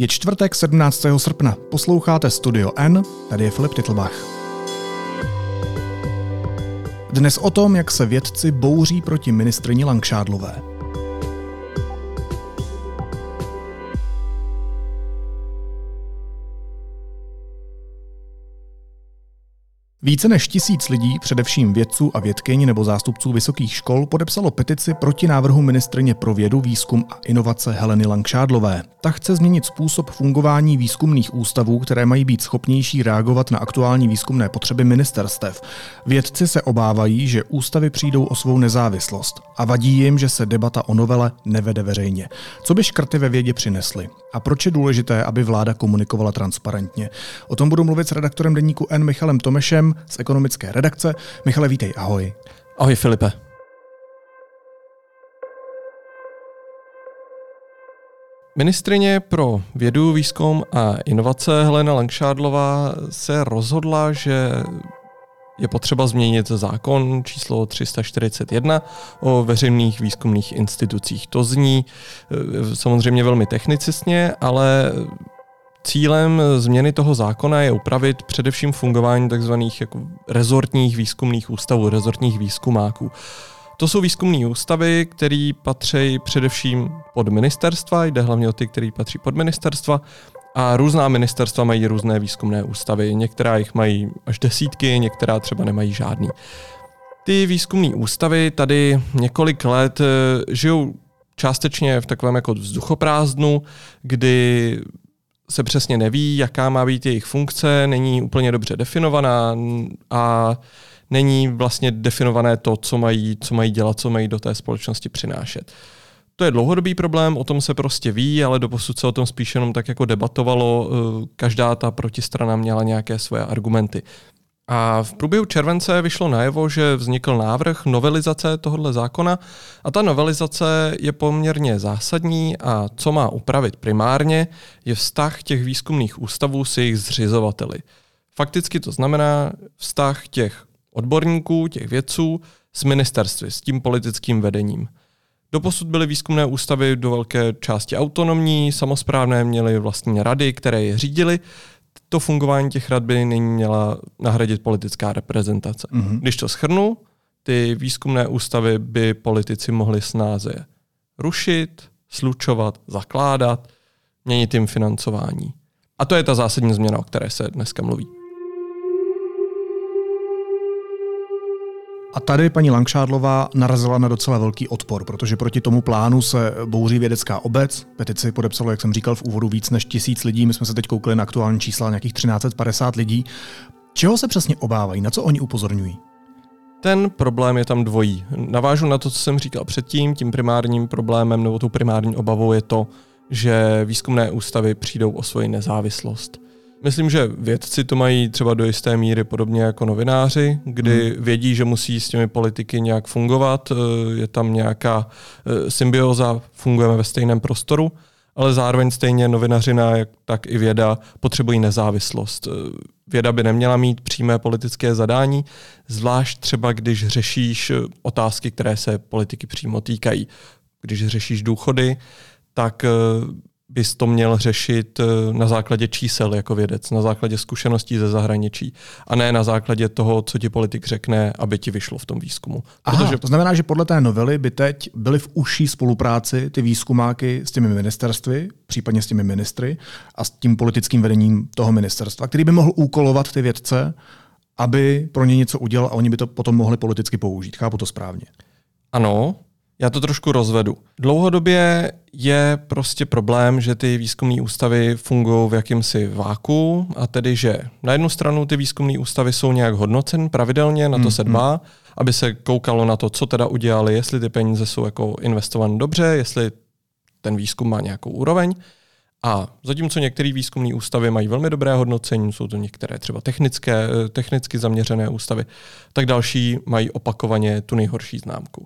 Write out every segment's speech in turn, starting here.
Je čtvrtek 17. srpna, posloucháte Studio N, tady je Filip Titlbach. Dnes o tom, jak se vědci bouří proti ministryni Langšádlové. Více než 1000 lidí, především vědců a vědkyň nebo zástupců vysokých škol, podepsalo petici proti návrhu ministryně pro vědu, výzkum a inovace Heleny Langšádlové. Ta chce změnit způsob fungování výzkumných ústavů, které mají být schopnější reagovat na aktuální výzkumné potřeby ministerstev. Vědci se obávají, že ústavy přijdou o svou nezávislost a vadí jim, že se debata o novele nevede veřejně. Co by škrty ve vědě přinesly? A proč je důležité, aby vláda komunikovala transparentně? O tom budu mluvit s redaktorem deníku N Michalem Tomešem z ekonomické redakce. Michale, vítej, ahoj. Ahoj Filipe. Ministryně pro vědu, výzkum a inovace Helena Langšádlová se rozhodla, že je potřeba změnit zákon číslo 341 o veřejných výzkumných institucích. To zní samozřejmě velmi technicistně, ale cílem změny toho zákona je upravit především fungování tzv. Jako rezortních výzkumných ústavů, rezortních výzkumáků. To jsou výzkumné ústavy, které patří především pod ministerstva, jde hlavně o ty, které patří pod ministerstva, a různá ministerstva mají různé výzkumné ústavy. Některá jich mají až desítky, některá třeba nemají žádný. Ty výzkumné ústavy tady několik let žijou částečně v takovém jako vzduchoprázdnu, kdy se přesně neví, jaká má být jejich funkce, není úplně dobře definovaná a není vlastně definované to, co mají dělat, co mají do té společnosti přinášet. To je dlouhodobý problém, o tom se prostě ví, ale doposud se o tom spíš jenom tak jako debatovalo, každá ta protistrana měla nějaké svoje argumenty. A v průběhu července vyšlo najevo, že vznikl návrh novelizace tohoto zákona a ta novelizace je poměrně zásadní a co má upravit primárně, je vztah těch výzkumných ústavů s jejich zřizovateli. Fakticky to znamená vztah těch odborníků, těch vědců s ministerstvy, s tím politickým vedením. Doposud byly výzkumné ústavy do velké části autonomní, samosprávné, měly vlastní rady, které je řídily. To fungování těch rad by nyní měla nahradit politická reprezentace. Když to shrnu, ty výzkumné ústavy by politici mohli snáze rušit, slučovat, zakládat, měnit jim financování. A to je ta zásadní změna, o které se dneska mluví. A tady paní Langšádlová narazila na docela velký odpor, protože proti tomu plánu se bouří vědecká obec. Petici podepsalo, jak jsem říkal v úvodu, víc než 1000 lidí. My jsme se teď koukli na aktuální čísla, nějakých 1350 lidí. Čeho se přesně obávají? Na co oni upozorňují? Ten problém je tam dvojí. Navážu na to, co jsem říkal předtím. Tím primárním problémem nebo tou primární obavou je to, že výzkumné ústavy přijdou o svoji nezávislost. Myslím, že vědci to mají třeba do jisté míry podobně jako novináři, kdy vědí, že musí s těmi politiky nějak fungovat, je tam nějaká symbioza, fungujeme ve stejném prostoru, ale zároveň stejně novinařina, tak i věda potřebují nezávislost. Věda by neměla mít přímé politické zadání, zvlášť třeba když řešíš otázky, které se politiky přímo týkají. Když řešíš důchody, tak bys to měl řešit na základě čísel jako vědec, na základě zkušeností ze zahraničí a ne na základě toho, co ti politik řekne, aby ti vyšlo v tom výzkumu. Aha, to znamená, že podle té novely by teď byly v užší spolupráci ty výzkumáky s těmi ministerstvy, případně s těmi ministry a s tím politickým vedením toho ministerstva, který by mohl úkolovat ty vědce, aby pro ně něco udělal a oni by to potom mohli politicky použít. Chápu to správně? Ano. Já to trošku rozvedu. Dlouhodobě je prostě problém, že ty výzkumné ústavy fungují v jakýmsi váku, a tedy, že na jednu stranu ty výzkumné ústavy jsou nějak hodnocen pravidelně, na to se dbá, aby se koukalo na to, co teda udělali, jestli ty peníze jsou jako investované dobře, jestli ten výzkum má nějakou úroveň. A zatímco některé výzkumné ústavy mají velmi dobré hodnocení, jsou to některé třeba technicky zaměřené ústavy, tak další mají opakovaně tu nejhorší známku.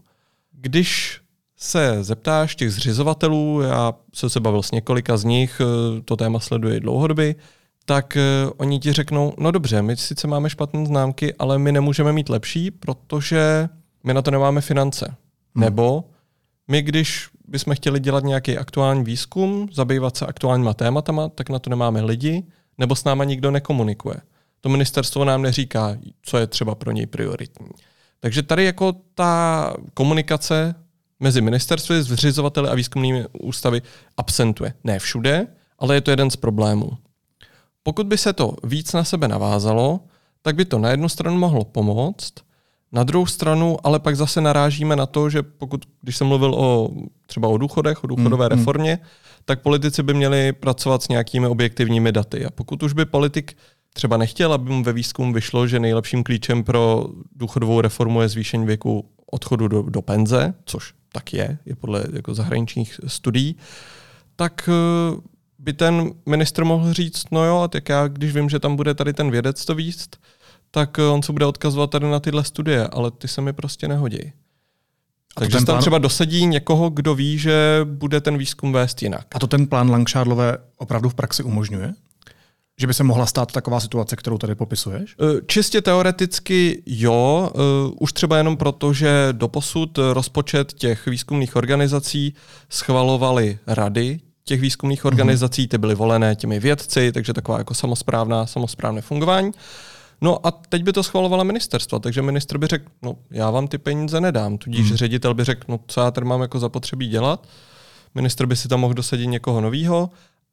Když se zeptáš těch zřizovatelů, já jsem se bavil s několika z nich, to téma sleduji dlouhodobě, tak oni ti řeknou, no dobře, my sice máme špatné známky, ale my nemůžeme mít lepší, protože my na to nemáme finance. Nebo my, když bychom chtěli dělat nějaký aktuální výzkum, zabývat se aktuálníma tématama, tak na to nemáme lidi, nebo s náma nikdo nekomunikuje. To ministerstvo nám neříká, co je třeba pro něj prioritní. Takže tady jako ta komunikace mezi ministerstvy, zřizovateli a výzkumnými ústavy absentuje. Ne všude, ale je to jeden z problémů. Pokud by se to víc na sebe navázalo, tak by to na jednu stranu mohlo pomoct, na druhou stranu ale pak zase narážíme na to, že když jsem mluvil třeba o důchodech, o důchodové reformě, tak politici by měli pracovat s nějakými objektivními daty. A pokud už by politik třeba nechtěl, aby mu ve výzkumu vyšlo, že nejlepším klíčem pro důchodovou reformu je zvýšení věku odchodu do penze, což tak je podle jako zahraničních studií, tak by ten ministr mohl říct, no jo, tak já, když vím, že tam bude tady ten vědec to víct, tak on se bude odkazovat tady na tyhle studie, ale ty se mi prostě nehodí. Takže tam třeba dosadí někoho, kdo ví, že bude ten výzkum vést jinak. A to ten plán Langšádlové opravdu v praxi umožňuje? Že by se mohla stát taková situace, kterou tady popisuješ? Čistě teoreticky jo, už třeba jenom proto, že doposud rozpočet těch výzkumných organizací schvalovaly rady těch výzkumných organizací, ty byly volené těmi vědci, takže taková jako samosprávné fungování. No a teď by to schvalovala ministerstva, takže ministr by řekl, no já vám ty peníze nedám, tudíž ředitel by řekl, no co já tady mám jako zapotřebí dělat, ministr by si tam mohl dosadit někoho novýho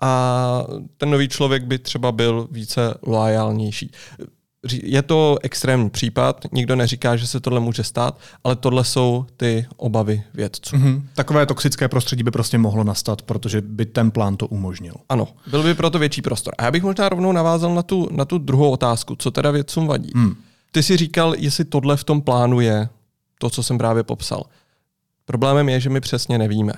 a ten nový člověk by třeba byl více loajálnější. Je to extrémní případ, nikdo neříká, že se tohle může stát, ale tohle jsou ty obavy vědců. Takové toxické prostředí by prostě mohlo nastat, protože by ten plán to umožnil. Ano, byl by proto větší prostor. A já bych možná rovnou navázal na tu druhou otázku, co teda vědcům vadí. Ty si říkal, jestli tohle v tom plánu je to, co jsem právě popsal. Problémem je, že my přesně nevíme.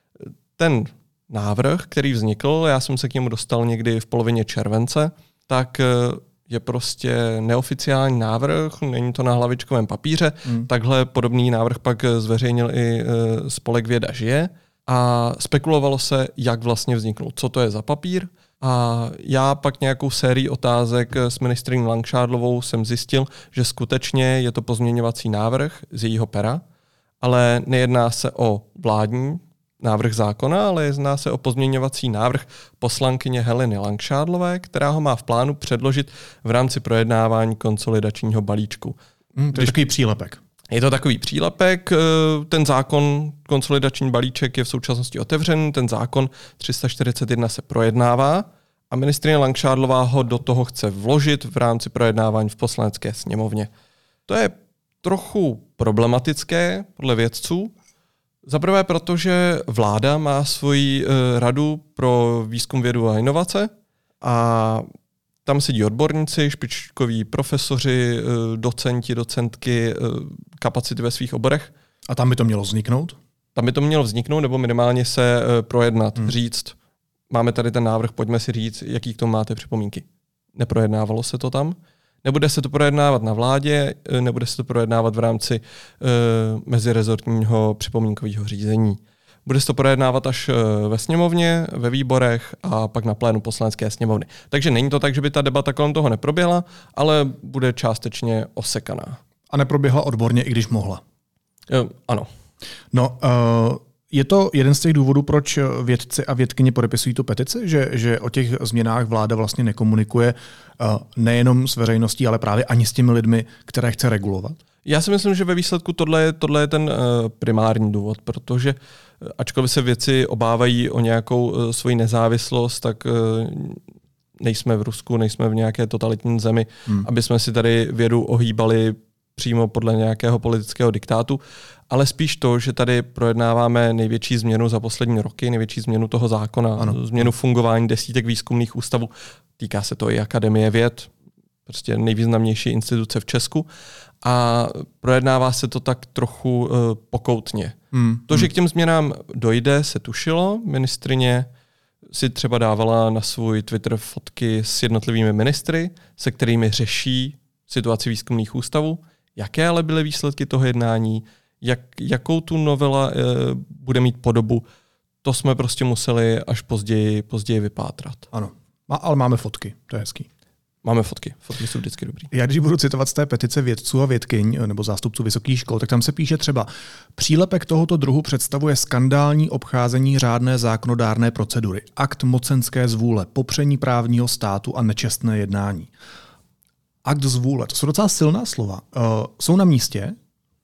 Ten návrh, který vznikl, já jsem se k němu dostal někdy v polovině července, tak je prostě neoficiální návrh, není to na hlavičkovém papíře. Takhle podobný návrh pak zveřejnil i spolek Věda žije a spekulovalo se, jak vlastně vzniknul, co to je za papír. A já pak nějakou sérii otázek s ministryní Langšádlovou jsem zjistil, že skutečně je to pozměňovací návrh z jejího pera, ale nejedná se o vládní návrh zákona, ale jedná se o pozměňovací návrh poslankyně Heleny Langšádlové, která ho má v plánu předložit v rámci projednávání konsolidačního balíčku. To je takový přílepek. Je to takový přílepek, ten zákon, konsolidační balíček je v současnosti otevřený, ten zákon 341 se projednává a ministryně Langšádlová ho do toho chce vložit v rámci projednávání v Poslanecké sněmovně. To je trochu problematické podle vědců. Za prvé, protože vláda má svoji radu pro výzkum, vědu a inovace a tam sedí odborníci, špičkoví profesoři, docenti, docentky, kapacity ve svých oborech. A tam by to mělo vzniknout? Tam by to mělo vzniknout, nebo minimálně se projednat, říct, máme tady ten návrh, pojďme si říct, jaký k tomu máte připomínky. Neprojednávalo se to tam. Nebude se to projednávat na vládě, nebude se to projednávat v rámci mezirezortního připomínkového řízení. Bude se to projednávat až ve sněmovně, ve výborech a pak na plénu Poslanecké sněmovny. Takže není to tak, že by ta debata kolem toho neproběhla, ale bude částečně osekaná. A neproběhla odborně, i když mohla. Ano. No, je to jeden z těch důvodů, proč vědci a vědkyně podepisují tu petici, že o těch změnách vláda vlastně nekomunikuje nejenom s veřejností, ale právě ani s těmi lidmi, které chce regulovat? Já si myslím, že ve výsledku tohle je ten primární důvod, protože ačkoliv se vědci obávají o nějakou svoji nezávislost, tak nejsme v Rusku, nejsme v nějaké totalitní zemi, aby jsme si tady vědu ohýbali přímo podle nějakého politického diktátu, ale spíš to, že tady projednáváme největší změnu za poslední roky, největší změnu toho zákona, změnu fungování desítek výzkumných ústavů. Týká se to i Akademie věd, prostě nejvýznamnější instituce v Česku. A projednává se to tak trochu pokoutně. To, že k těm změnám dojde, se tušilo. Ministryně si třeba dávala na svůj Twitter fotky s jednotlivými ministry, se kterými řeší situaci výzkumných ústavů. Jaké ale byly výsledky toho jednání, jakou tu novela bude mít podobu, to jsme prostě museli až později vypátrat. Ano, ale máme fotky, to je hezký. Máme fotky. Fotky jsou vždycky dobrý. Já když budu citovat z té petice vědců a vědkyň nebo zástupců vysokých škol, tak tam se píše třeba: přílepek tohoto druhu představuje skandální obcházení řádné zákonodárné procedury, akt mocenské zvůle, popření právního státu a nečestné jednání. Akt zvůle, to jsou docela silná slova. Jsou na místě?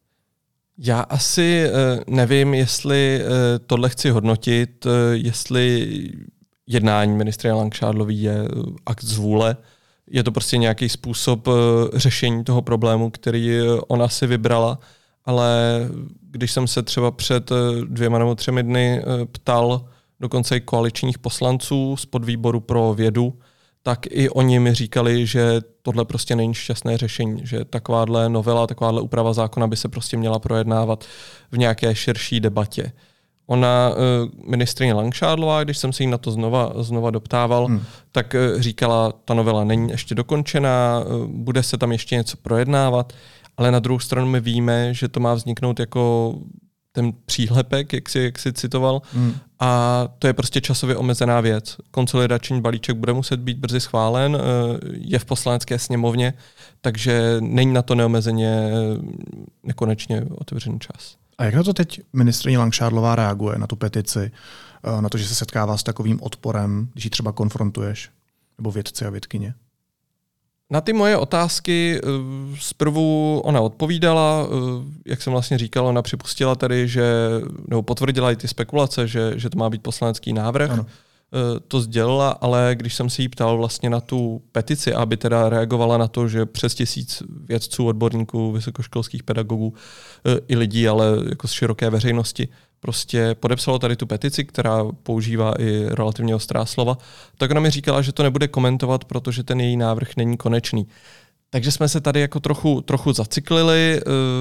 Já asi nevím, jestli tohle chci hodnotit, jestli jednání ministryně Langšádlové je akt zvůle. Je to prostě nějaký způsob řešení toho problému, který ona si vybrala, ale když jsem se třeba před 2 nebo 3 dny ptal dokonce i koaličních poslanců z podvýboru pro vědu, tak i oni mi říkali, že tohle prostě není šťastné řešení, že takováhle novela, takováhle úprava zákona by se prostě měla projednávat v nějaké širší debatě. Ona, ministryně Langšádlová, když jsem se jí na to znova doptával, tak říkala, ta novela není ještě dokončená, bude se tam ještě něco projednávat, ale na druhou stranu my víme, že to má vzniknout jako ten přílepek, jak si citoval, a to je prostě časově omezená věc. Konsolidační balíček bude muset být brzy schválen, je v poslanecké sněmovně, takže není na to neomezeně nekonečně otevřený čas. A jak na to teď ministryně Langšádlová reaguje, na tu petici, na to, že se setkává s takovým odporem, když ji třeba konfrontuješ, nebo vědci a vědkyně? Na ty moje otázky zprvu ona odpovídala, jak jsem vlastně říkal, ona připustila tady, nebo potvrdila i ty spekulace, že to má být poslanecký návrh. Ano. To sdělila, ale když jsem se jí ptal vlastně na tu petici, aby teda reagovala na to, že přes 1000 vědců, odborníků, vysokoškolských pedagogů i lidí, ale jako z široké veřejnosti prostě podepsalo tady tu petici, která používá i relativně ostrá slova, tak ona mi říkala, že to nebude komentovat, protože ten její návrh není konečný. Takže jsme se tady jako trochu zacyklili.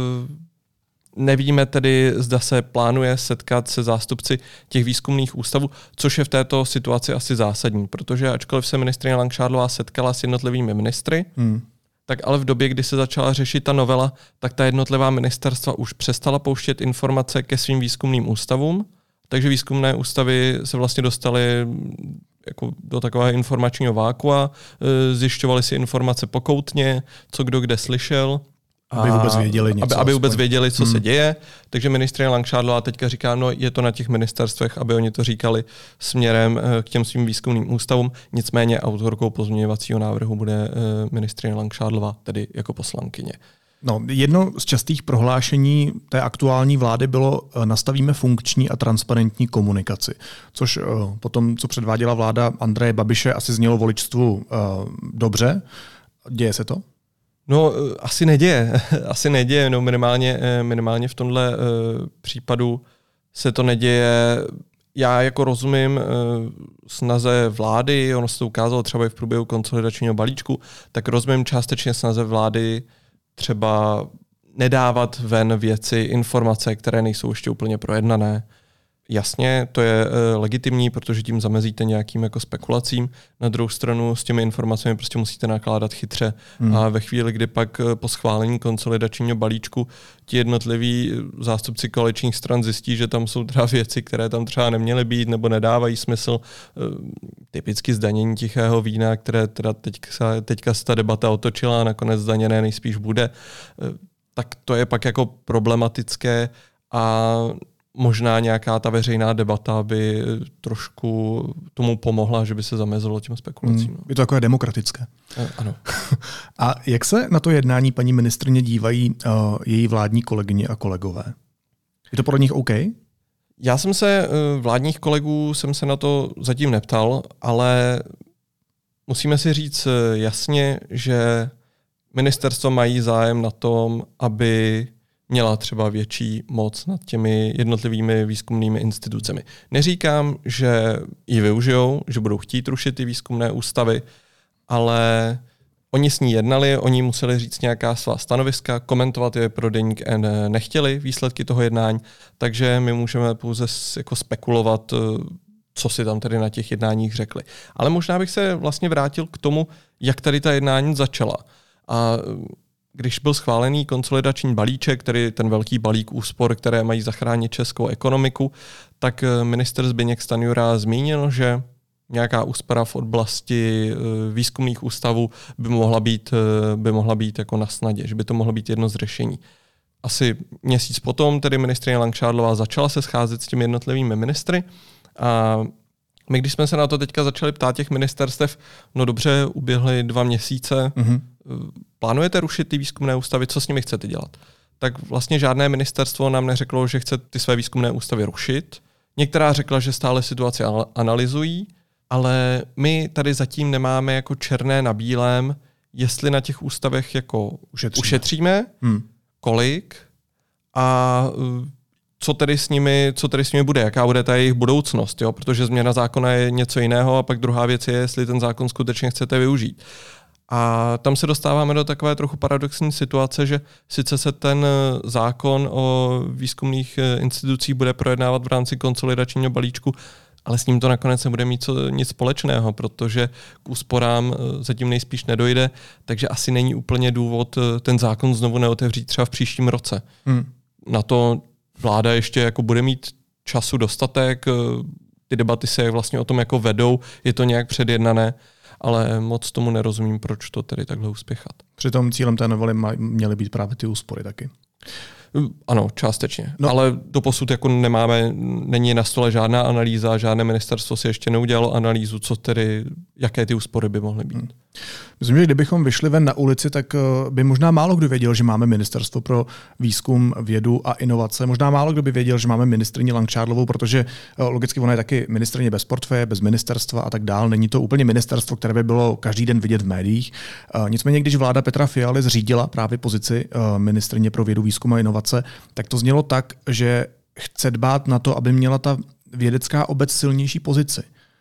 Nevíme tedy, zda se plánuje setkat se zástupci těch výzkumných ústavů, což je v této situaci asi zásadní, protože ačkoliv se ministryně Langšádlová setkala s jednotlivými ministry, tak ale v době, kdy se začala řešit ta novela, tak ta jednotlivá ministerstva už přestala pouštět informace ke svým výzkumným ústavům, takže výzkumné ústavy se vlastně dostaly jako do takového informačního vákua, zjišťovaly si informace pokoutně, co kdo kde slyšel, aby vůbec věděli něco. Aby vůbec věděli, co se děje. Takže ministryně Langšádlová teďka říká, no je to na těch ministerstvech, aby oni to říkali směrem k těm svým výzkumným ústavům. Nicméně autorkou pozměňovacího návrhu bude ministryně Langšádlová, tedy jako poslankyně. No, jedno z častých prohlášení té aktuální vlády bylo: nastavíme funkční a transparentní komunikaci. Což potom, co předváděla vláda Andreje Babiše, asi znělo voličstvu dobře. Děje se to? No, asi neděje, no minimálně v tomhle případu se to neděje. Já jako rozumím snaze vlády, ono se to ukázalo třeba i v průběhu konsolidačního balíčku, tak rozumím částečně snaze vlády třeba nedávat ven věci, informace, které nejsou ještě úplně projednané. Jasně, to je legitimní, protože tím zamezíte nějakým jako spekulacím. Na druhou stranu s těmi informacemi prostě musíte nakládat chytře. A ve chvíli, kdy pak po schválení konsolidačního balíčku ti jednotliví zástupci koaličních stran zjistí, že tam jsou třeba věci, které tam třeba neměly být nebo nedávají smysl, typicky zdanění tichého vína, které teda teďka se ta debata otočila a nakonec zdaněné nejspíš bude, tak to je pak jako problematické a možná nějaká ta veřejná debata by trošku tomu pomohla, že by se zamezilo těm spekulacím. Je to takové demokratické. Ano. A jak se na to jednání paní ministryně dívají její vládní kolegyně a kolegové? Je to podle nich OK? Já jsem se vládních kolegů na to zatím neptal, ale musíme si říct jasně, že ministerstva mají zájem na tom, aby měla třeba větší moc nad těmi jednotlivými výzkumnými institucemi. Neříkám, že ji využijou, že budou chtít rušit ty výzkumné ústavy, ale oni s ní jednali, oni museli říct nějaká svá stanoviska, komentovat je pro Deník N nechtěli výsledky toho jednání, takže my můžeme pouze jako spekulovat, co si tam tedy na těch jednáních řekli. Ale možná bych se vlastně vrátil k tomu, jak tady ta jednání začala. A když byl schválený konsolidační balíček, tedy ten velký balík úspor, které mají zachránit českou ekonomiku, tak ministr Zbyněk Stanjura zmínil, že nějaká úspora v oblasti výzkumných ústavů by mohla být jako na snadě, že by to mohlo být jedno z řešení. Asi měsíc potom tedy ministryně Langšádlová začala se scházet s těmi jednotlivými ministry a my, když jsme se na to teďka začali ptát těch ministerstev, no dobře, uběhly 2 měsíce, plánujete rušit ty výzkumné ústavy, co s nimi chcete dělat? Tak vlastně žádné ministerstvo nám neřeklo, že chce ty své výzkumné ústavy rušit. Některá řekla, že stále situaci analyzují, ale my tady zatím nemáme jako černé na bílém, jestli na těch ústavech jako ušetříme kolik a co tedy s nimi bude, jaká bude ta jejich budoucnost, jo? Protože změna zákona je něco jiného a pak druhá věc je, jestli ten zákon skutečně chcete využít. A tam se dostáváme do takové trochu paradoxní situace, že sice se ten zákon o výzkumných institucích bude projednávat v rámci konsolidačního balíčku, ale s ním to nakonec nebude mít nic společného, protože k úsporám zatím nejspíš nedojde, takže asi není úplně důvod ten zákon znovu neotevřít třeba v příštím roce. Na to vláda ještě jako bude mít času dostatek, ty debaty se vlastně o tom jako vedou, je to nějak předjednané, ale moc tomu nerozumím, proč to tedy takhle uspěchat. Přitom cílem té novely měly být právě ty úspory taky. Ano, částečně. No. Ale doposud jako není na stole žádná analýza, žádné ministerstvo si ještě neudělalo analýzu, jaké ty úspory by mohly být. Myslím, že kdybychom vyšli ven na ulici, tak by možná málo kdo věděl, že máme ministerstvo pro výzkum, vědu a inovace. Možná málo kdo by věděl, že máme ministryni Langšádlovou, protože logicky ona je taky ministryně bez portfeje, bez ministerstva a tak dál. Není to úplně ministerstvo, které by bylo každý den vidět v médiích. Nicméně, když vláda Petra Fialy zřídila právě pozici ministryně pro vědu, výzkum a inovace, tak to znělo tak, že chce dbát na to, aby měla ta vědecká obec silnější pozici.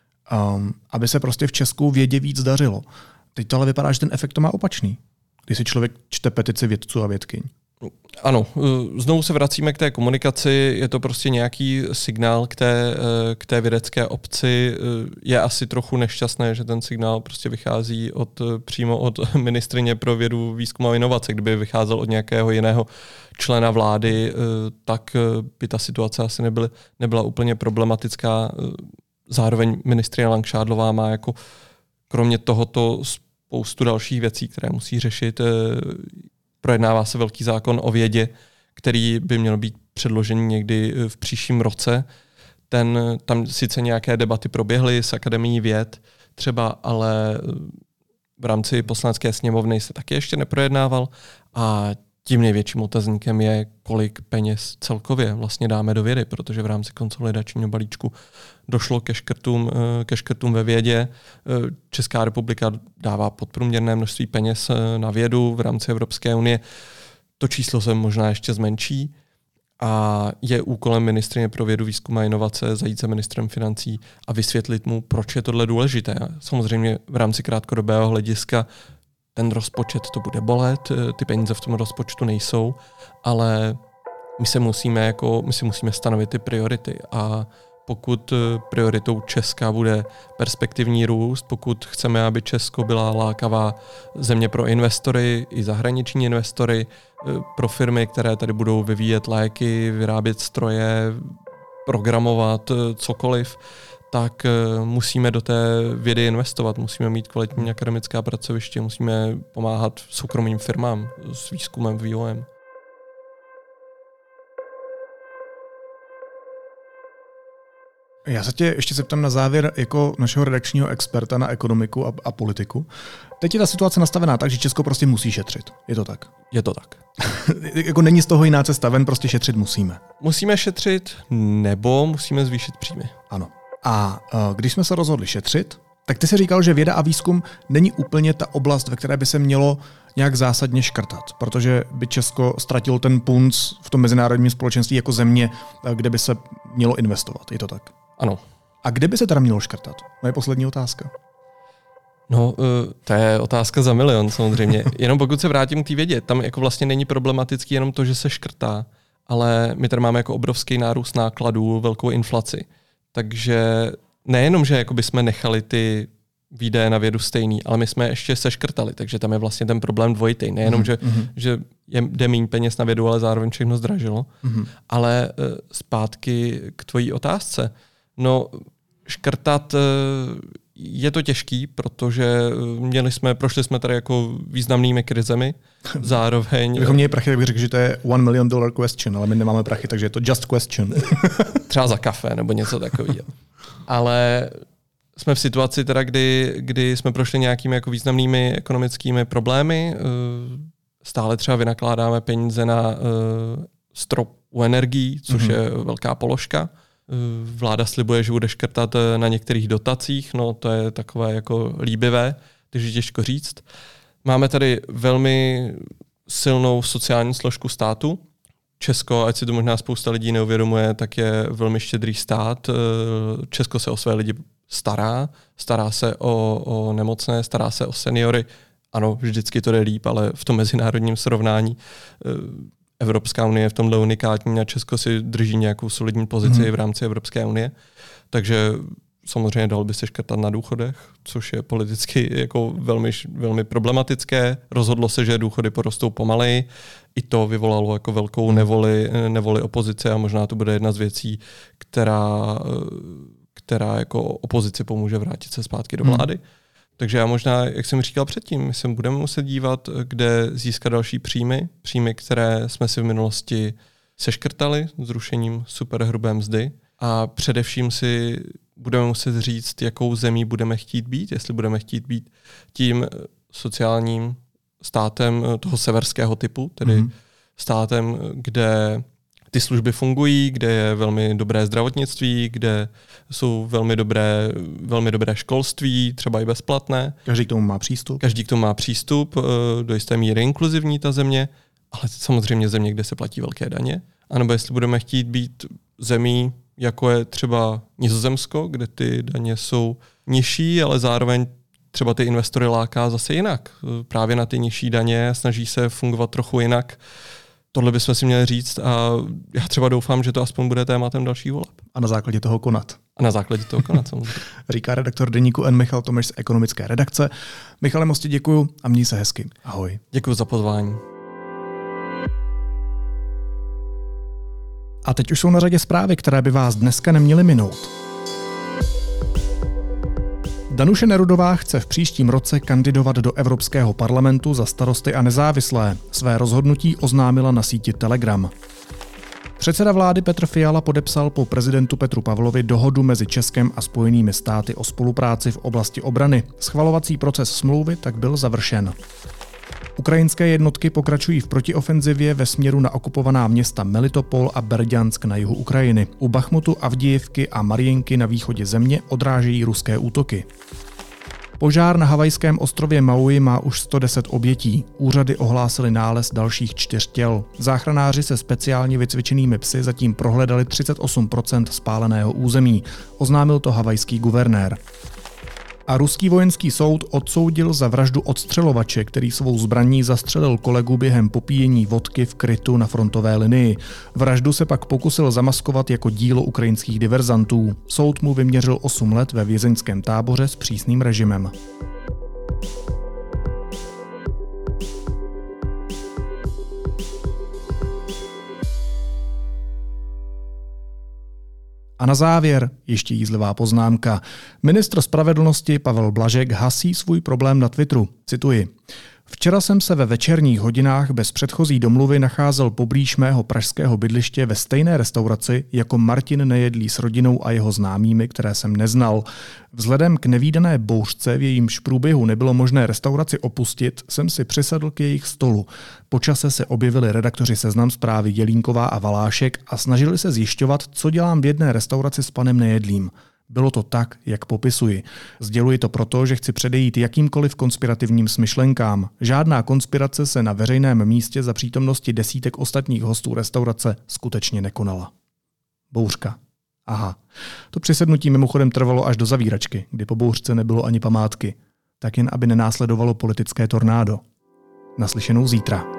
Aby se prostě v Česku vědě víc dařilo. Teď to ale vypadá, že ten efekt to má opačný, když si člověk čte petici vědců a vědkyň. Ano, znovu se vracíme k té komunikaci, je to prostě nějaký signál k té vědecké obci. Je asi trochu nešťastné, že ten signál prostě vychází přímo od ministryně pro vědu, výzkum a inovace. Kdyby vycházel od nějakého jiného člena vlády, tak by ta situace asi nebyla úplně problematická. Zároveň ministryně Langšádlová má jako kromě tohoto spoustu dalších věcí, které musí řešit. Projednává se velký zákon o vědě, který by měl být předložený někdy v příštím roce. Tam sice nějaké debaty proběhly s Akademií věd třeba, ale v rámci Poslanecké sněmovny se taky ještě neprojednával a tím největším otazníkem je, kolik peněz celkově vlastně dáme do vědy, protože v rámci konsolidačního balíčku došlo ke škrtům ve vědě. Česká republika dává podprůměrné množství peněz na vědu v rámci Evropské unie. To číslo se možná ještě zmenší a je úkolem ministryně pro vědu, výzkum a inovace zajít za ministrem financí a vysvětlit mu, proč je tohle důležité. Samozřejmě v rámci krátkodobého hlediska ten rozpočet to bude bolet, ty peníze v tom rozpočtu nejsou, ale my si musíme stanovit ty priority a pokud prioritou Česka bude perspektivní růst, pokud chceme, aby Česko byla lákavá země pro investory i zahraniční investory, pro firmy, které tady budou vyvíjet léky, vyrábět stroje, programovat cokoliv, tak musíme do té vědy investovat, musíme mít kvalitní akademická pracoviště, musíme pomáhat soukromým firmám s výzkumem, vývojem. Já se tě ještě zeptám na závěr jako našeho redakčního experta na ekonomiku a politiku. Teď je ta situace nastavená tak, že Česko prostě musí šetřit. Je to tak? Je to tak. Jako není z toho jiná cesta ven, prostě šetřit musíme. Musíme šetřit nebo musíme zvýšit příjmy. Ano. A když jsme se rozhodli šetřit, tak ty jsi říkal, že věda a výzkum není úplně ta oblast, ve které by se mělo nějak zásadně škrtat, protože by Česko ztratilo ten punc v tom mezinárodním společenství jako země, kde by se mělo investovat. Je to tak? Ano. A kde by se teda mělo škrtat? Moje poslední otázka. No, to je otázka za milion samozřejmě. Jenom pokud se vrátím k té vědě, tam jako vlastně není problematický jenom to, že se škrtá, ale my tady máme jako obrovský nárůst nákladů, velkou inflaci. Takže nejenom, že jako bychom nechali ty výdaje na vědu stejný, ale my jsme ještě seškrtali, takže tam je vlastně ten problém dvojitý. Nejenom, že jde méně peněz na vědu, ale zároveň všechno zdražilo. Ale zpátky k tvojí otázce. No, škrtat je to těžký, protože prošli jsme tady jako významnými krizemi, zároveň... Kdybychom měli prachy, tak bych řekl, že to je $1 million question, ale my nemáme prachy, takže je to just question. Třeba za kafe nebo něco takového. Ale jsme v situaci teda, kdy jsme prošli nějakými jako významnými ekonomickými problémy. Stále třeba vynakládáme peníze na strop u energií, což je velká položka. Vláda slibuje, že bude škrtat na některých dotacích, no to je takové jako líbivé, takže těžko říct. Máme tady velmi silnou sociální složku státu. Česko, ať si to možná spousta lidí neuvědomuje, tak je velmi štědrý stát. Česko se o své lidi stará se o nemocné, stará se o seniory. Ano, vždycky to jde líp, ale v tom mezinárodním srovnání Evropská unie je v tomhle unikátní a Česko si drží nějakou solidní pozici v rámci Evropské unie. Takže samozřejmě dalo by se škrtat na důchodech, což je politicky jako velmi, velmi problematické. Rozhodlo se, že důchody porostou pomaleji. I to vyvolalo jako velkou nevoli opozice a možná to bude jedna z věcí, která jako opozici pomůže vrátit se zpátky do vlády. Takže já možná, jak jsem říkal předtím, my se budeme muset dívat, kde získat další příjmy, které jsme si v minulosti seškrtali zrušením superhrubé mzdy a především si budeme muset říct, jakou zemí budeme chtít být, jestli budeme chtít být tím sociálním státem toho severského typu, tedy státem, kde ty služby fungují, kde je velmi dobré zdravotnictví, kde jsou velmi dobré školství, třeba i bezplatné. Každý k tomu má přístup, do jisté míry inkluzivní ta země, ale samozřejmě země, kde se platí velké daně. A nebo jestli budeme chtít být zemí, jako je třeba Nizozemsko, kde ty daně jsou nižší, ale zároveň třeba ty investory láká zase jinak. Právě na ty nižší daně snaží se fungovat trochu jinak. Tohle bychom si měli říct a já třeba doufám, že to aspoň bude tématem dalších voleb. A na základě toho konat. Samozřejmě. Říká redaktor deníku N. Michal Tomeš z ekonomické redakce. Michale, moc ti děkuju a měj se hezky. Ahoj. Děkuji za pozvání. A teď už jsou na řadě zprávy, které by vás dneska neměly minout. Danuše Nerudová chce v příštím roce kandidovat do Evropského parlamentu za Starosty a nezávislé. Své rozhodnutí oznámila na síti Telegram. Předseda vlády Petr Fiala podepsal po prezidentu Petru Pavlovi dohodu mezi Českem a Spojenými státy o spolupráci v oblasti obrany. Schvalovací proces smlouvy tak byl završen. Ukrajinské jednotky pokračují v protiofenzivě ve směru na okupovaná města Melitopol a Berďansk na jihu Ukrajiny. U Bachmutu, Avdijivky a Mariinky na východě země odrážejí ruské útoky. Požár na havajském ostrově Maui má už 110 obětí. Úřady ohlásily nález dalších 4 těl. Záchranáři se speciálně vycvičenými psy zatím prohledali 38% spáleného území. Oznámil to havajský guvernér. A ruský vojenský soud odsoudil za vraždu odstřelovače, který svou zbraní zastřelil kolegu během popíjení vodky v krytu na frontové linii. Vraždu se pak pokusil zamaskovat jako dílo ukrajinských diverzantů. Soud mu vyměřil 8 let ve vězeňském táboře s přísným režimem. A na závěr ještě jízlivá poznámka. Ministr spravedlnosti Pavel Blažek hasí svůj problém na Twitteru. Cituji. Včera jsem se ve večerních hodinách bez předchozí domluvy nacházel poblíž mého pražského bydliště ve stejné restauraci jako Martin Nejedlý s rodinou a jeho známými, které jsem neznal. Vzhledem k nevídané bouřce, v jejímž průběhu nebylo možné restauraci opustit, jsem si přisedl k jejich stolu. Po čase se objevili redaktoři Seznam Zprávy Jelínková a Valášek a snažili se zjišťovat, co dělám v jedné restauraci s panem Nejedlým. Bylo to tak, jak popisuji. Sděluji to proto, že chci předejít jakýmkoliv konspirativním smyšlenkám. Žádná konspirace se na veřejném místě za přítomnosti desítek ostatních hostů restaurace skutečně nekonala. Bouřka. Aha. To přisednutí mimochodem trvalo až do zavíračky, kdy po bouřce nebylo ani památky. Tak jen aby nenásledovalo politické tornádo. Naslyšenou zítra.